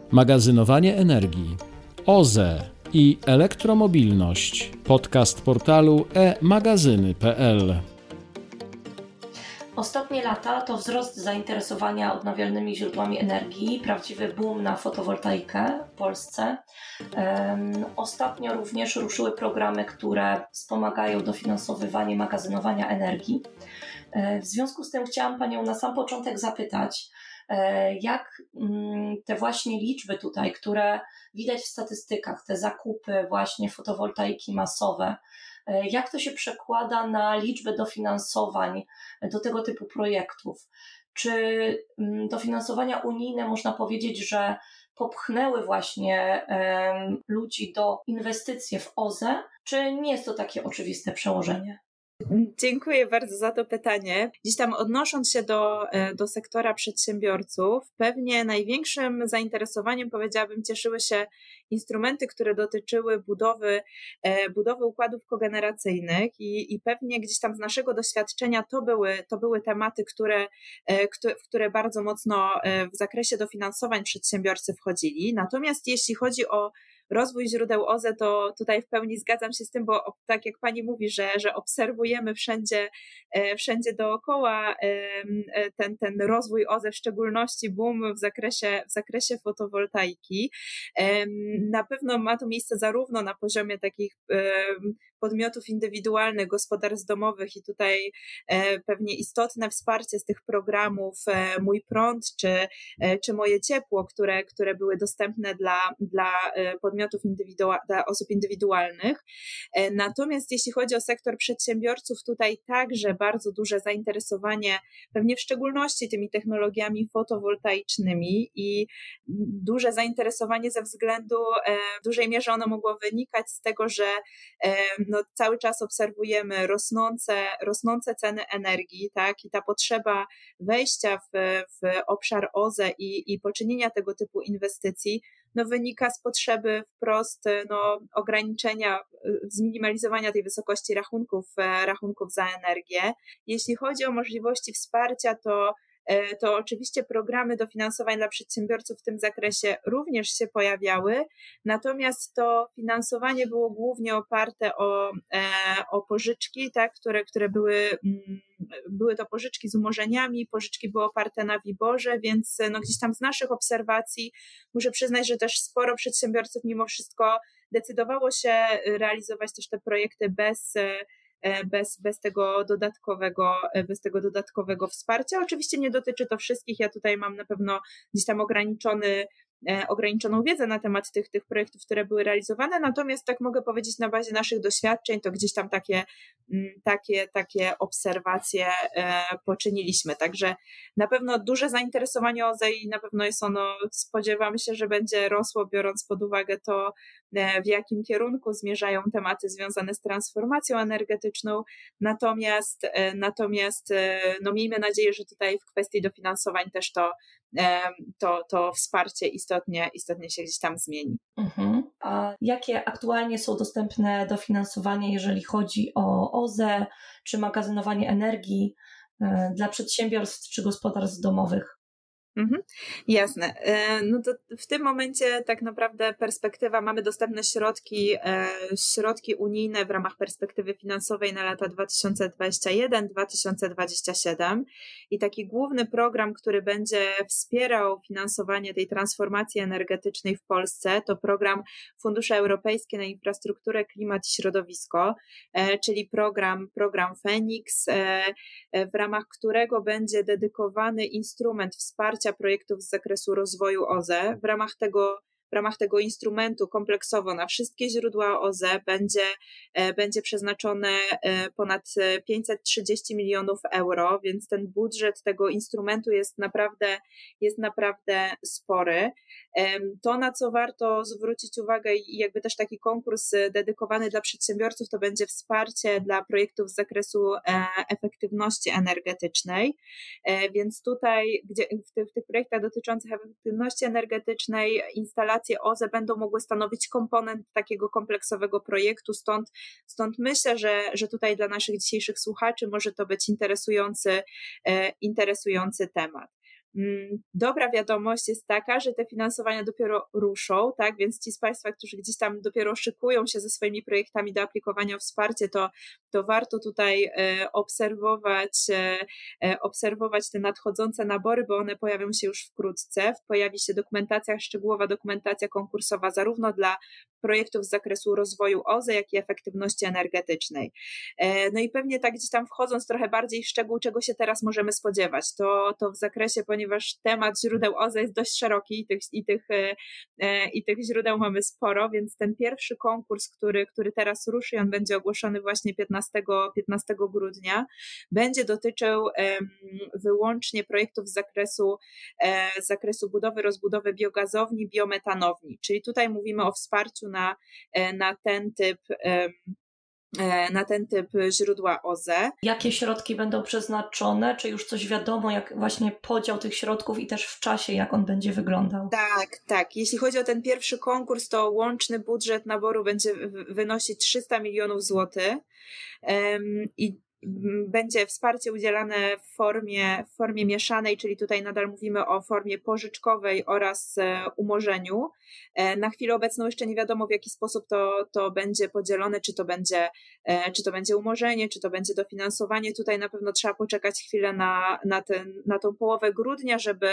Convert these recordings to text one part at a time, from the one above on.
magazynowanie energii, OZE i elektromobilność. Podcast portalu e-magazyny.pl. Ostatnie lata to wzrost zainteresowania odnawialnymi źródłami energii, prawdziwy boom na fotowoltaikę w Polsce. Ostatnio również ruszyły programy, które wspomagają dofinansowywanie magazynowania energii. W związku z tym chciałam Panią na sam początek zapytać, jak te właśnie liczby tutaj, które widać w statystykach, te zakupy właśnie fotowoltaiki masowe, jak to się przekłada na liczbę dofinansowań do tego typu projektów? Czy dofinansowania unijne można powiedzieć, że popchnęły właśnie ludzi do inwestycji w OZE, czy nie jest to takie oczywiste przełożenie? Dziękuję bardzo za to pytanie. Gdzieś tam odnosząc się do sektora przedsiębiorców, pewnie największym zainteresowaniem, powiedziałabym, cieszyły się instrumenty, które dotyczyły budowy układów kogeneracyjnych i pewnie gdzieś tam z naszego doświadczenia to były tematy, w które bardzo mocno w zakresie dofinansowań przedsiębiorcy wchodzili. Natomiast jeśli chodzi o rozwój źródeł OZE, to tutaj w pełni zgadzam się z tym, bo tak jak Pani mówi, że obserwujemy wszędzie dookoła ten rozwój OZE, w szczególności boom w zakresie fotowoltaiki. Na pewno ma to miejsce zarówno na poziomie takich podmiotów indywidualnych, gospodarstw domowych i tutaj pewnie istotne wsparcie z tych programów Mój Prąd czy Moje Ciepło, które były dostępne dla podmiotów dla osób indywidualnych. Natomiast jeśli chodzi o sektor przedsiębiorców, tutaj także bardzo duże zainteresowanie, pewnie w szczególności tymi technologiami fotowoltaicznymi i duże zainteresowanie ze względu, w dużej mierze ono mogło wynikać z tego, że cały czas obserwujemy rosnące ceny energii, tak, i ta potrzeba wejścia w obszar OZE i poczynienia tego typu inwestycji wynika z potrzeby wprost ograniczenia, zminimalizowania tej wysokości rachunków za energię. Jeśli chodzi o możliwości wsparcia, to oczywiście programy dofinansowań dla przedsiębiorców w tym zakresie również się pojawiały, natomiast to finansowanie było głównie oparte o pożyczki, tak, które były to pożyczki z umorzeniami, pożyczki były oparte na WIBOR-ze, więc gdzieś tam z naszych obserwacji muszę przyznać, że też sporo przedsiębiorców mimo wszystko decydowało się realizować też te projekty bez tego dodatkowego wsparcia. Oczywiście nie dotyczy to wszystkich, ja tutaj mam na pewno gdzieś tam ograniczoną wiedzę na temat tych projektów, które były realizowane, natomiast tak mogę powiedzieć na bazie naszych doświadczeń, to gdzieś tam takie obserwacje poczyniliśmy, także na pewno duże zainteresowanie OZE i na pewno jest ono, spodziewamy się, że będzie rosło, biorąc pod uwagę to, w jakim kierunku zmierzają tematy związane z transformacją energetyczną, natomiast miejmy nadzieję, że tutaj w kwestii dofinansowań też to wsparcie istotnie się gdzieś tam zmieni. A jakie aktualnie są dostępne dofinansowania, jeżeli chodzi o OZE czy magazynowanie energii dla przedsiębiorstw czy gospodarstw domowych? Jasne. No to w tym momencie tak naprawdę mamy dostępne środki unijne w ramach perspektywy finansowej na lata 2021-2027 i taki główny program, który będzie wspierał finansowanie tej transformacji energetycznej w Polsce, to program Fundusze Europejskie na Infrastrukturę, Klimat i Środowisko, czyli program Feniks, w ramach którego będzie dedykowany instrument wsparcia projektów z zakresu rozwoju OZE. W ramach tego instrumentu kompleksowo na wszystkie źródła OZE będzie przeznaczone ponad 530 milionów euro, więc ten budżet tego instrumentu jest naprawdę spory. To, na co warto zwrócić uwagę i jakby też taki konkurs dedykowany dla przedsiębiorców, to będzie wsparcie dla projektów z zakresu efektywności energetycznej, więc tutaj w tych projektach dotyczących efektywności energetycznej instalacje OZE będą mogły stanowić komponent takiego kompleksowego projektu, stąd myślę, że tutaj dla naszych dzisiejszych słuchaczy może to być interesujący temat. Dobra wiadomość jest taka, że te finansowania dopiero ruszą, tak, więc ci z Państwa, którzy gdzieś tam dopiero szykują się ze swoimi projektami do aplikowania o wsparcie, to warto tutaj obserwować te nadchodzące nabory, bo one pojawią się już wkrótce. Pojawi się szczegółowa dokumentacja konkursowa zarówno dla projektów z zakresu rozwoju OZE, jak i efektywności energetycznej. No i pewnie tak gdzieś tam wchodząc trochę bardziej w szczegół, czego się teraz możemy spodziewać, to w zakresie, ponieważ temat źródeł OZE jest dość szeroki i tych źródeł mamy sporo, więc ten pierwszy konkurs, który teraz ruszy, on będzie ogłoszony właśnie 15 grudnia, będzie dotyczył wyłącznie projektów z zakresu budowy, rozbudowy biogazowni, biometanowni, czyli tutaj mówimy o wsparciu na ten typ źródła OZE. Jakie środki będą przeznaczone? Czy już coś wiadomo, jak właśnie podział tych środków i też w czasie, jak on będzie wyglądał? Tak. Jeśli chodzi o ten pierwszy konkurs, to łączny budżet naboru będzie wynosić 300 milionów złotych i będzie wsparcie udzielane w formie mieszanej, czyli tutaj nadal mówimy o formie pożyczkowej oraz umorzeniu. Na chwilę obecną jeszcze nie wiadomo, w jaki sposób to będzie podzielone, czy to będzie umorzenie, czy to będzie dofinansowanie. Tutaj na pewno trzeba poczekać chwilę na tą połowę grudnia, żeby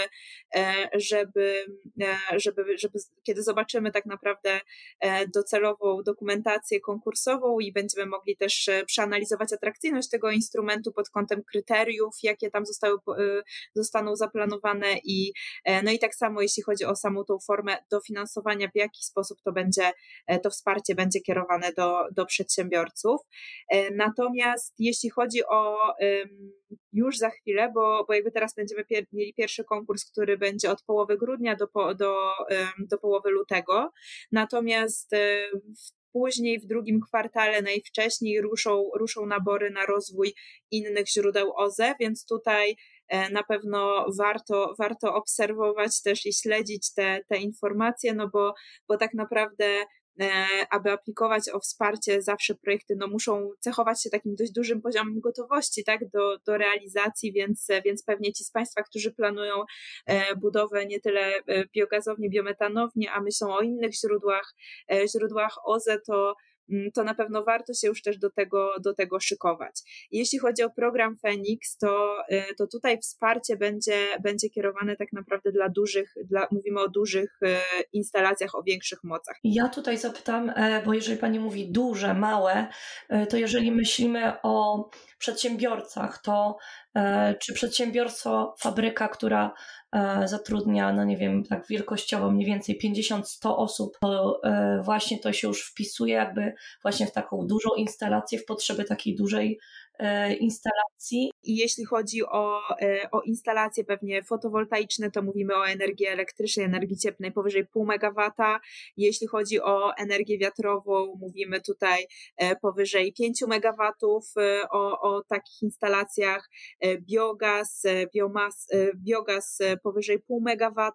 kiedy zobaczymy tak naprawdę docelową dokumentację konkursową i będziemy mogli też przeanalizować atrakcyjność tego instrumentu pod kątem kryteriów, jakie tam zostaną zaplanowane no i tak samo jeśli chodzi o samą tą formę dofinansowania, w jaki sposób to wsparcie będzie kierowane do przedsiębiorców. Natomiast jeśli chodzi o już za chwilę, bo jakby teraz będziemy mieli pierwszy konkurs, który będzie od połowy grudnia do połowy lutego, natomiast później w drugim kwartale najwcześniej ruszą nabory na rozwój innych źródeł OZE, więc tutaj na pewno warto obserwować też i śledzić te informacje, no bo tak naprawdę aby aplikować o wsparcie, zawsze projekty muszą cechować się takim dość dużym poziomem gotowości, tak, do realizacji, więc pewnie ci z Państwa, którzy planują budowę nie tyle biogazowni, biometanowni, a myślą o innych źródłach OZE, to na pewno warto się już też do tego szykować. Jeśli chodzi o program Feniks, to tutaj wsparcie będzie kierowane tak naprawdę mówimy o dużych instalacjach o większych mocach. Ja tutaj zapytam, bo jeżeli Pani mówi duże, małe, to jeżeli myślimy o przedsiębiorcach, to czy przedsiębiorstwo, fabryka, która zatrudnia, no nie wiem, tak wielkościowo mniej więcej 50-100 osób, to właśnie to się już wpisuje jakby właśnie w taką dużą instalację, w potrzeby takiej dużej instalacji. I jeśli chodzi o instalacje pewnie fotowoltaiczne, to mówimy o energii elektrycznej, energii cieplnej powyżej 0,5 MW. Jeśli chodzi o energię wiatrową, mówimy tutaj powyżej 5 MW o takich instalacjach. Biogaz powyżej 0,5 MW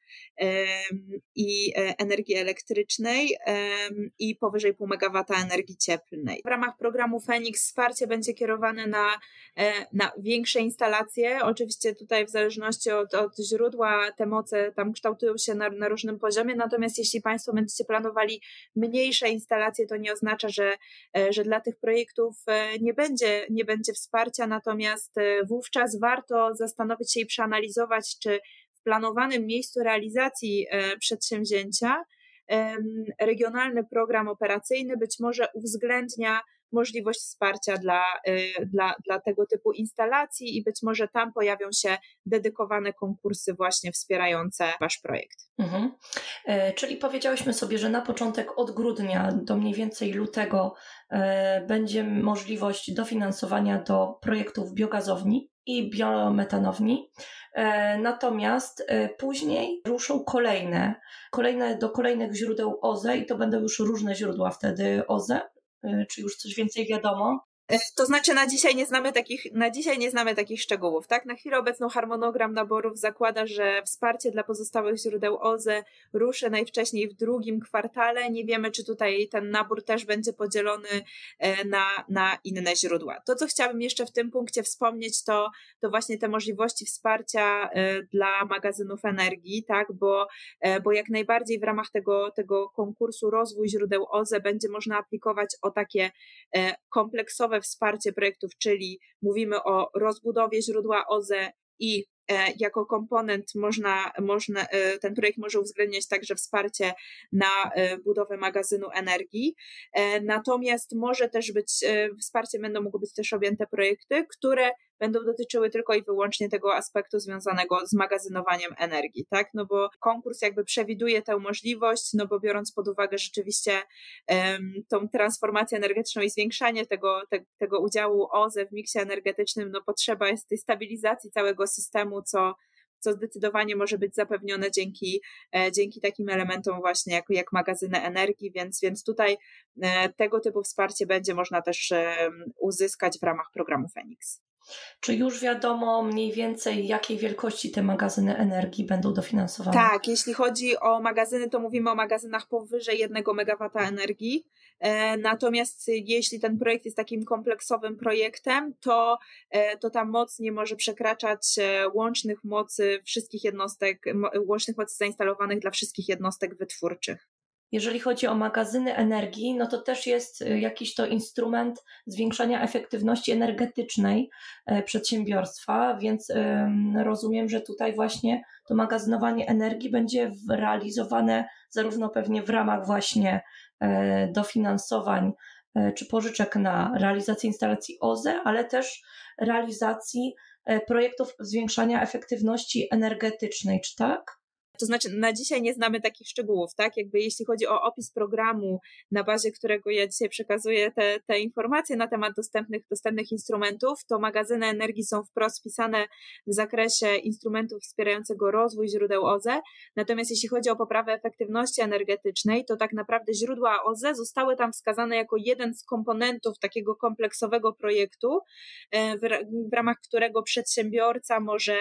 i energii elektrycznej i powyżej 0,5 MW energii cieplnej. W ramach programu Feniks wsparcie będzie kierowane na większe instalacje. Oczywiście tutaj w zależności od źródła te moce tam kształtują się na różnym poziomie, natomiast jeśli Państwo będziecie planowali mniejsze instalacje, to nie oznacza, że dla tych projektów nie będzie wsparcia, natomiast wówczas warto zastanowić się i przeanalizować, czy w planowanym miejscu realizacji przedsięwzięcia regionalny program operacyjny być może uwzględnia możliwość wsparcia dla tego typu instalacji i być może tam pojawią się dedykowane konkursy właśnie wspierające Wasz projekt. Mhm. Czyli powiedziałyśmy sobie, że na początek od grudnia do mniej więcej lutego będzie możliwość dofinansowania do projektów biogazowni i biometanowni, natomiast później ruszą kolejne do kolejnych źródeł OZE i to będą już różne źródła wtedy OZE. Czy już coś więcej wiadomo? To znaczy na dzisiaj nie znamy takich szczegółów, tak? Na chwilę obecną harmonogram naborów zakłada, że wsparcie dla pozostałych źródeł OZE ruszy najwcześniej w drugim kwartale. Nie wiemy, czy tutaj ten nabór też będzie podzielony na inne źródła. To, co chciałabym jeszcze w tym punkcie wspomnieć, to właśnie te możliwości wsparcia dla magazynów energii, tak? Bo jak najbardziej w ramach tego konkursu Rozwój źródeł OZE będzie można aplikować o takie kompleksowe wsparcie projektów, czyli mówimy o rozbudowie źródła OZE i jako komponent ten projekt może uwzględniać także wsparcie na budowę magazynu energii. Natomiast może też być, wsparciem będą mogły być też objęte projekty, które będą dotyczyły tylko i wyłącznie tego aspektu związanego z magazynowaniem energii, tak? No bo konkurs jakby przewiduje tę możliwość, no bo biorąc pod uwagę rzeczywiście tą transformację energetyczną i zwiększanie tego udziału OZE w miksie energetycznym, no potrzeba jest tej stabilizacji całego systemu, co zdecydowanie może być zapewnione dzięki takim elementom właśnie jak magazyny energii, więc tutaj tego typu wsparcie będzie można też uzyskać w ramach programu Feniks. Czy już wiadomo mniej więcej, jakiej wielkości te magazyny energii będą dofinansowane? Tak, jeśli chodzi o magazyny, to mówimy o magazynach powyżej 1 MW energii. Natomiast jeśli ten projekt jest takim kompleksowym projektem, to ta moc nie może przekraczać łącznych mocy zainstalowanych dla wszystkich jednostek wytwórczych. Jeżeli chodzi o magazyny energii, no to też jest jakiś to instrument zwiększania efektywności energetycznej przedsiębiorstwa, więc rozumiem, że tutaj właśnie to magazynowanie energii będzie realizowane zarówno pewnie w ramach właśnie dofinansowań czy pożyczek na realizację instalacji OZE, ale też realizacji projektów zwiększania efektywności energetycznej, czy tak? To znaczy na dzisiaj nie znamy takich szczegółów, tak? Jakby jeśli chodzi o opis programu, na bazie którego ja dzisiaj przekazuję te informacje na temat dostępnych instrumentów, to magazyny energii są wprost wpisane w zakresie instrumentów wspierającego rozwój źródeł OZE. Natomiast jeśli chodzi o poprawę efektywności energetycznej, to tak naprawdę źródła OZE zostały tam wskazane jako jeden z komponentów takiego kompleksowego projektu, w ramach którego przedsiębiorca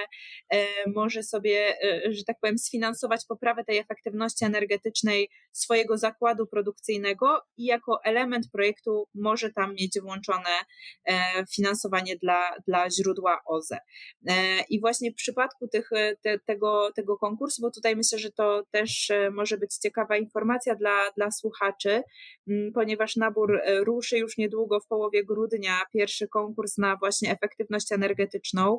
może sobie, że tak powiem, sfinansować poprawę tej efektywności energetycznej swojego zakładu produkcyjnego i jako element projektu może tam mieć włączone finansowanie dla źródła OZE. I właśnie w przypadku tego konkursu, bo tutaj myślę, że to też może być ciekawa informacja dla słuchaczy, ponieważ nabór ruszy już niedługo w połowie grudnia, pierwszy konkurs na właśnie efektywność energetyczną.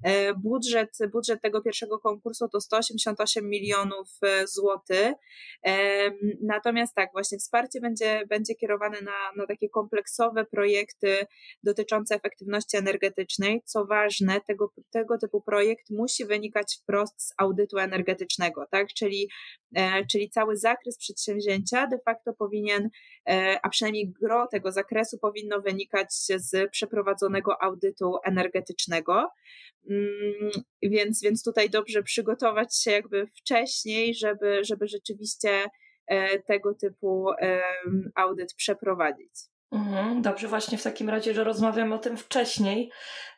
Budżet tego pierwszego konkursu to 188 milionów złotych. Natomiast tak, właśnie wsparcie będzie kierowane na takie kompleksowe projekty dotyczące efektywności energetycznej. Co ważne, tego typu projekt musi wynikać wprost z audytu energetycznego, tak? Czyli cały zakres przedsięwzięcia de facto powinien, a przynajmniej gros tego zakresu powinno wynikać z przeprowadzonego audytu energetycznego. Więc tutaj dobrze przygotować się jakby wcześniej, żeby rzeczywiście tego typu audyt przeprowadzić. Dobrze, właśnie w takim razie, że rozmawiamy o tym wcześniej,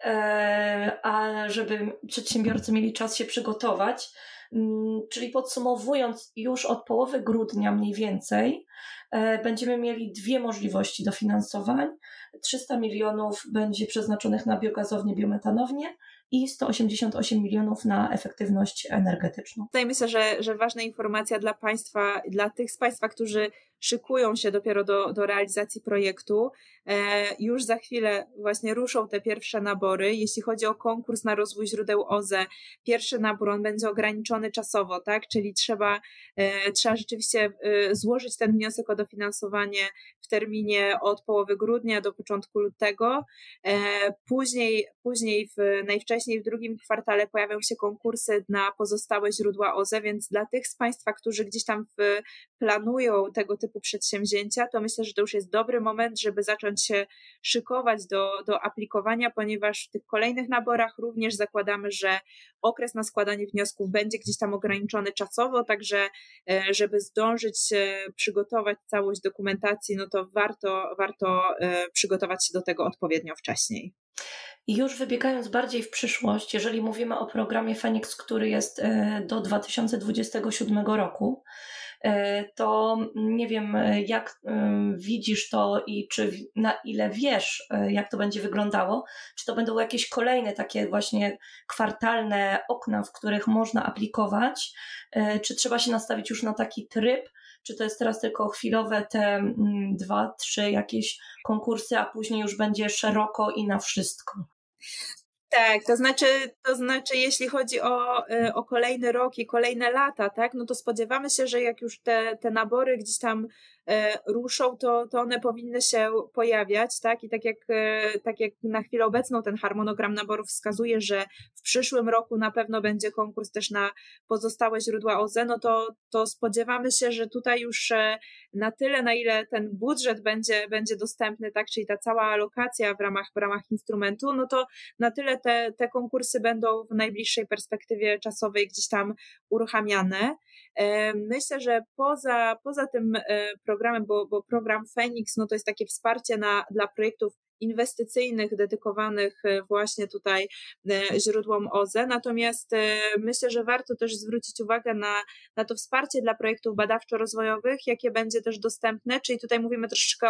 a żeby przedsiębiorcy mieli czas się przygotować. Czyli podsumowując, już od połowy grudnia mniej więcej będziemy mieli dwie możliwości dofinansowań. 300 milionów będzie przeznaczonych na biogazownię, biometanownię i 188 milionów na efektywność energetyczną. Tutaj myślę, że ważna informacja dla Państwa, dla tych z Państwa, którzy szykują się dopiero do realizacji projektu. Już za chwilę właśnie ruszą te pierwsze nabory. Jeśli chodzi o konkurs na rozwój źródeł OZE, pierwszy nabór, on będzie ograniczony czasowo, tak? Czyli trzeba rzeczywiście złożyć ten wniosek o dofinansowanie w terminie od połowy grudnia do początku lutego. Później najwcześniej w drugim kwartale pojawią się konkursy na pozostałe źródła OZE, więc dla tych z Państwa, którzy gdzieś tam w planują tego typu przedsięwzięcia, to myślę, że to już jest dobry moment, żeby zacząć się szykować do aplikowania, ponieważ w tych kolejnych naborach również zakładamy, że okres na składanie wniosków będzie gdzieś tam ograniczony czasowo, także żeby zdążyć przygotować całość dokumentacji, no to warto przygotować się do tego odpowiednio wcześniej. I już wybiegając bardziej w przyszłość, jeżeli mówimy o programie Feniks, który jest do 2027 roku, to nie wiem, jak widzisz to i na ile wiesz, jak to będzie wyglądało. Czy to będą jakieś kolejne takie właśnie kwartalne okna, w których można aplikować? Czy trzeba się nastawić już na taki tryb? Czy to jest teraz tylko chwilowe te 2-3 jakieś konkursy, a później już będzie szeroko i na wszystko? Tak, to znaczy jeśli chodzi o kolejny rok i kolejne lata, tak, no to spodziewamy się, że jak już te nabory gdzieś tam ruszą, to one powinny się pojawiać, tak, i tak jak na chwilę obecną ten harmonogram naborów wskazuje, że w przyszłym roku na pewno będzie konkurs też na pozostałe źródła OZE, no to spodziewamy się, że tutaj już na tyle, na ile ten budżet będzie dostępny, tak, czyli ta cała alokacja w ramach instrumentu, no to na tyle te konkursy będą w najbliższej perspektywie czasowej gdzieś tam uruchamiane. Myślę, że poza tym programem, bo program Feniks, no to jest takie wsparcie dla projektów inwestycyjnych dedykowanych właśnie tutaj źródłom OZE, natomiast myślę, że warto też zwrócić uwagę na to wsparcie dla projektów badawczo-rozwojowych, jakie będzie też dostępne, czyli tutaj mówimy troszeczkę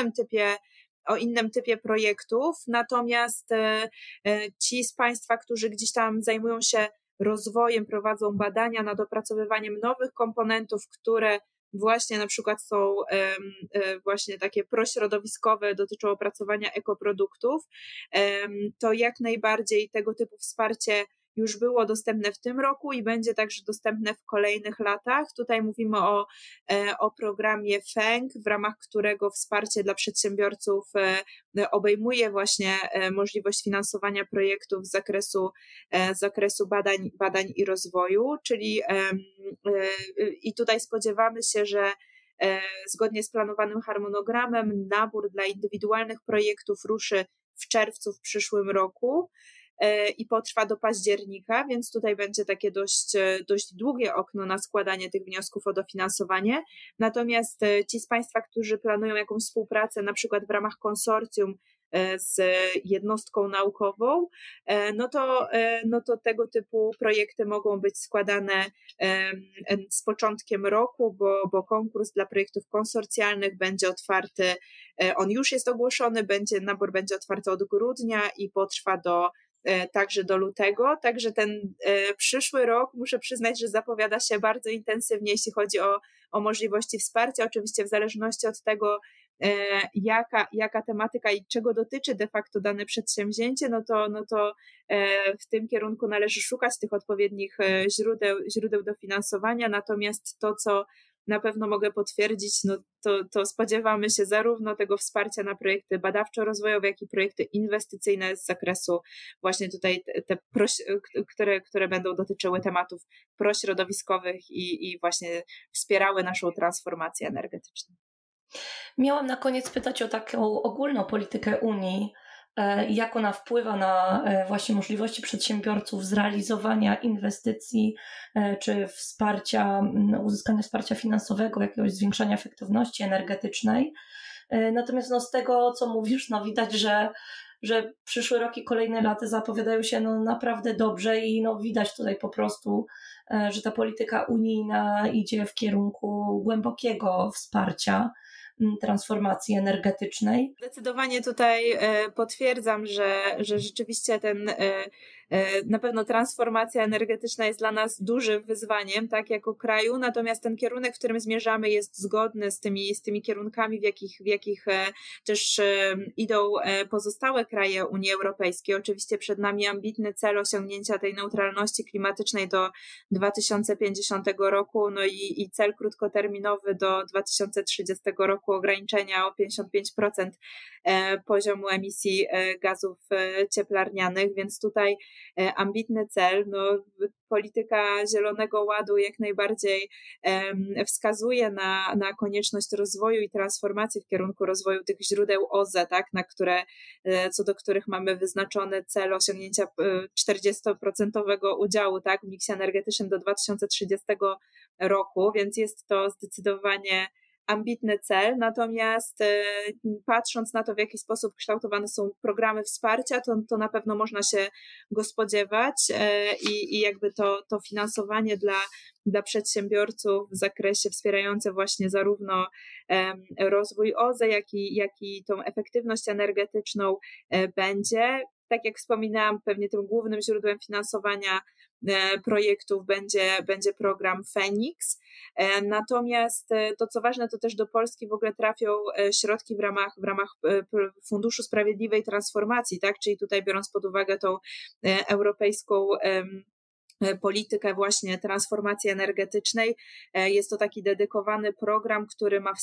o innym typie projektów, natomiast ci z Państwa, którzy gdzieś tam zajmują się rozwojem, prowadzą badania nad opracowywaniem nowych komponentów, które właśnie na przykład są właśnie takie prośrodowiskowe, dotyczą opracowania ekoproduktów, to jak najbardziej tego typu wsparcie już było dostępne w tym roku i będzie także dostępne w kolejnych latach. Tutaj mówimy o programie FENG, w ramach którego wsparcie dla przedsiębiorców obejmuje właśnie możliwość finansowania projektów z zakresu badań i rozwoju, czyli i tutaj spodziewamy się, że zgodnie z planowanym harmonogramem nabór dla indywidualnych projektów ruszy w czerwcu w przyszłym roku i potrwa do października, więc tutaj będzie takie dość długie okno na składanie tych wniosków o dofinansowanie. Natomiast ci z Państwa, którzy planują jakąś współpracę, na przykład w ramach konsorcjum z jednostką naukową, no to tego typu projekty mogą być składane z początkiem roku, bo konkurs dla projektów konsorcjalnych będzie otwarty, on już jest ogłoszony, nabór będzie otwarty od grudnia i potrwa także do lutego, także ten przyszły rok muszę przyznać, że zapowiada się bardzo intensywnie, jeśli chodzi o możliwości wsparcia, oczywiście w zależności od tego, jaka tematyka i czego dotyczy de facto dane przedsięwzięcie, no to w tym kierunku należy szukać tych odpowiednich źródeł dofinansowania, natomiast to, co na pewno mogę potwierdzić, no to spodziewamy się zarówno tego wsparcia na projekty badawczo-rozwojowe, jak i projekty inwestycyjne z zakresu właśnie tutaj które będą dotyczyły tematów prośrodowiskowych i właśnie wspierały naszą transformację energetyczną. Miałam na koniec pytać o taką ogólną politykę Unii, jak ona wpływa na właśnie możliwości przedsiębiorców zrealizowania inwestycji czy uzyskania wsparcia finansowego, jakiegoś zwiększania efektywności energetycznej. Natomiast z tego, co mówisz, widać, że przyszły rok i kolejne lata zapowiadają się naprawdę dobrze i widać tutaj po prostu, że ta polityka unijna idzie w kierunku głębokiego wsparcia transformacji energetycznej. Zdecydowanie tutaj potwierdzam, że rzeczywiście na pewno transformacja energetyczna jest dla nas dużym wyzwaniem, tak, jako kraju, natomiast ten kierunek, w którym zmierzamy, jest zgodny z tymi kierunkami, w jakich też idą pozostałe kraje Unii Europejskiej. Oczywiście przed nami ambitny cel osiągnięcia tej neutralności klimatycznej do 2050 roku, no i cel krótkoterminowy do 2030 roku ograniczenia o 55% poziomu emisji gazów cieplarnianych, więc tutaj ambitny cel. No, polityka Zielonego Ładu jak najbardziej wskazuje na konieczność rozwoju i transformacji w kierunku rozwoju tych źródeł OZE, tak, co do których mamy wyznaczony cel osiągnięcia 40% udziału, tak, w miksie energetycznym do 2030 roku, więc jest to zdecydowanie ambitny cel, natomiast patrząc na to, w jaki sposób kształtowane są programy wsparcia, to na pewno można się go spodziewać i jakby to finansowanie dla przedsiębiorców w zakresie wspierające właśnie zarówno rozwój OZE, jak i tą efektywność energetyczną będzie. Tak jak wspominałam, pewnie tym głównym źródłem finansowania projektów będzie program Feniks. Natomiast to, co ważne, to też do Polski w ogóle trafią środki w ramach Funduszu Sprawiedliwej Transformacji, tak? Czyli tutaj biorąc pod uwagę tą europejską politykę właśnie transformacji energetycznej. Jest to taki dedykowany program, który ma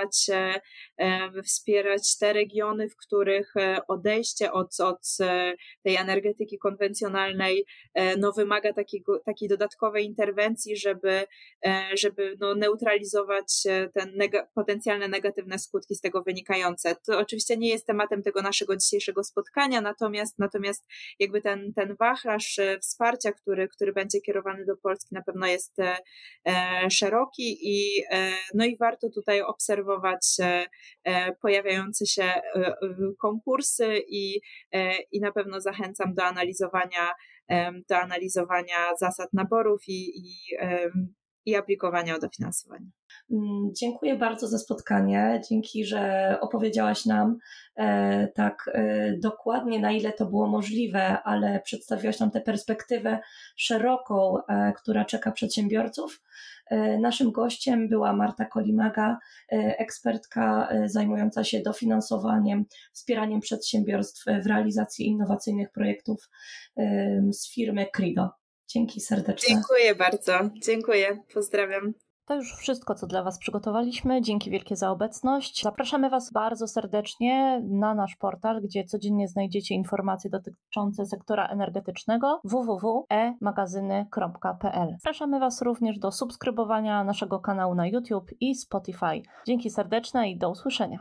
wspierać te regiony, w których odejście od tej energetyki konwencjonalnej wymaga takiej dodatkowej interwencji, żeby neutralizować te potencjalne negatywne skutki z tego wynikające. To oczywiście nie jest tematem tego naszego dzisiejszego spotkania, natomiast jakby ten wachlarz wsparcia, który będzie kierowany do Polski, na pewno jest szeroki i warto tutaj obserwować pojawiające się konkursy i na pewno zachęcam do analizowania zasad naborów i aplikowania o dofinansowanie. Dziękuję bardzo za spotkanie. Dzięki, że opowiedziałaś nam tak dokładnie, na ile to było możliwe, ale przedstawiłaś nam tę perspektywę szeroką, która czeka przedsiębiorców. Naszym gościem była Marta Kolimaga, ekspertka zajmująca się dofinansowaniem, wspieraniem przedsiębiorstw w realizacji innowacyjnych projektów z firmy Crido. Dzięki serdecznie. Dziękuję bardzo. Dziękuję. Pozdrawiam. To już wszystko, co dla Was przygotowaliśmy. Dzięki wielkie za obecność. Zapraszamy Was bardzo serdecznie na nasz portal, gdzie codziennie znajdziecie informacje dotyczące sektora energetycznego www.emagazyny.pl. Zapraszamy Was również do subskrybowania naszego kanału na YouTube i Spotify. Dzięki serdeczne i do usłyszenia.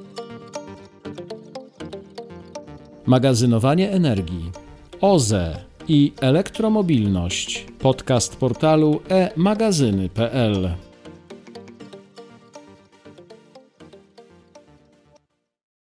Magazynowanie energii, OZE i elektromobilność. Podcast portalu e-magazyny.pl.